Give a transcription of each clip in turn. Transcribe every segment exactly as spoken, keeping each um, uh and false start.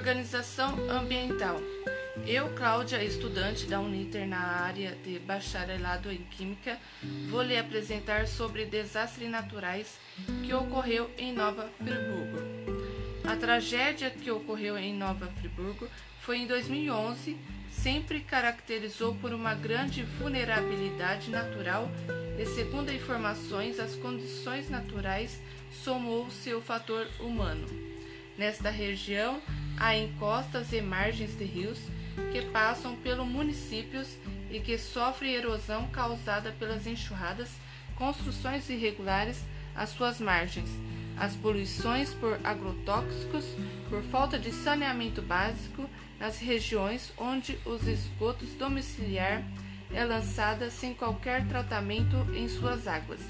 Organização ambiental. Eu, Cláudia, estudante da Uniter na área de bacharelado em Química, vou lhe apresentar sobre desastres naturais que ocorreu em Nova Friburgo. A tragédia que ocorreu em Nova Friburgo foi em dois mil e onze, sempre caracterizou por uma grande vulnerabilidade natural e, segundo informações, as condições naturais somou-se o fator humano. Nesta região, há encostas e margens de rios que passam pelos municípios e que sofrem erosão causada pelas enxurradas, construções irregulares às suas margens, as poluições por agrotóxicos, por falta de saneamento básico nas regiões onde os esgotos domiciliar é lançada sem qualquer tratamento em suas águas.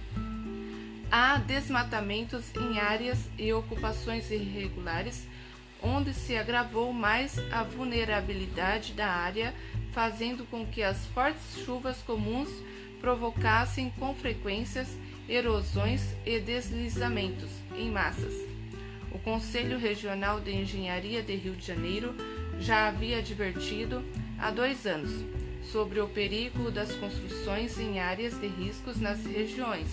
Há desmatamentos em áreas e ocupações irregulares, onde se agravou mais a vulnerabilidade da área, fazendo com que as fortes chuvas comuns provocassem com frequências erosões e deslizamentos em massas. O Conselho Regional de Engenharia de Rio de Janeiro já havia advertido há dois anos sobre o perigo das construções em áreas de riscos nas regiões.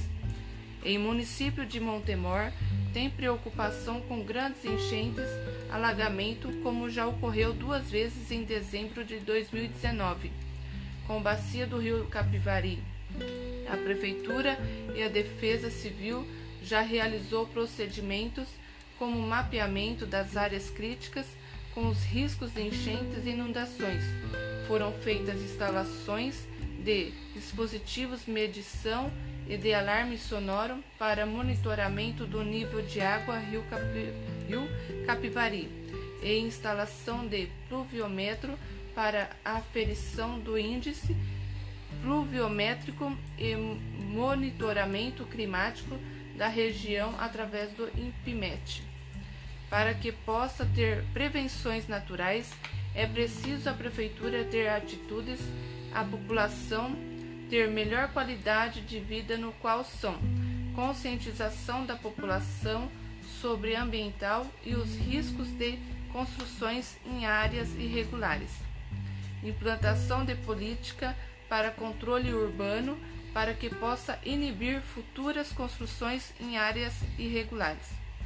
Em município de Montemor, tem preocupação com grandes enchentes, alagamento, como já ocorreu duas vezes em dezembro de dois mil e dezenove, com bacia do rio Capivari. A Prefeitura e a Defesa Civil já realizou procedimentos como mapeamento das áreas críticas com os riscos de enchentes e inundações. Foram feitas instalações de dispositivos de medição e de alarme sonoro para monitoramento do nível de água rio, Capi, rio Capivari e instalação de pluviômetro para aferição do índice pluviométrico e monitoramento climático da região através do INPIMET. Para que possa ter prevenções naturais, é preciso a Prefeitura ter atitudes, a população ter melhor qualidade de vida, no qual são conscientização da população sobre ambiental e os riscos de construções em áreas irregulares, implantação de política para controle urbano para que possa inibir futuras construções em áreas irregulares,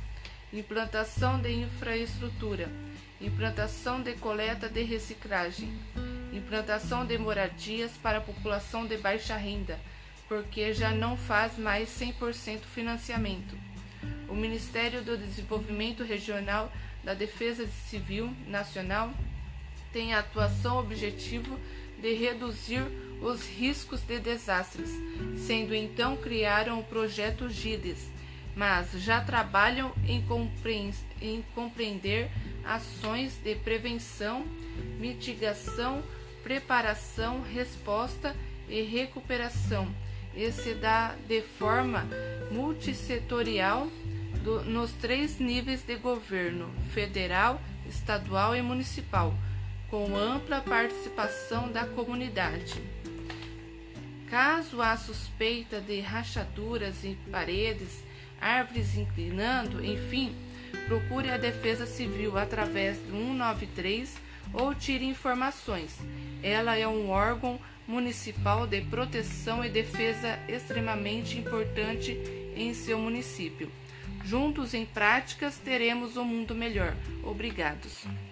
implantação de infraestrutura, implantação de coleta de reciclagem, implantação de moradias para a população de baixa renda, porque já não faz mais cem por cento financiamento. O Ministério do Desenvolvimento Regional da Defesa Civil Nacional tem a atuação objetivo de reduzir os riscos de desastres, sendo então criaram o projeto GIDES, mas já trabalham em, compre em compreender ações de prevenção, mitigação, preparação, resposta e recuperação, e se dá de forma multissetorial do, nos três níveis de governo, federal, estadual e municipal, com ampla participação da comunidade. Caso há suspeita de rachaduras em paredes, árvores inclinando, enfim, procure a Defesa Civil através do cento e noventa e três ou tire informações. Ela é um órgão municipal de proteção e defesa extremamente importante em seu município. Juntos em práticas teremos um mundo melhor. Obrigados.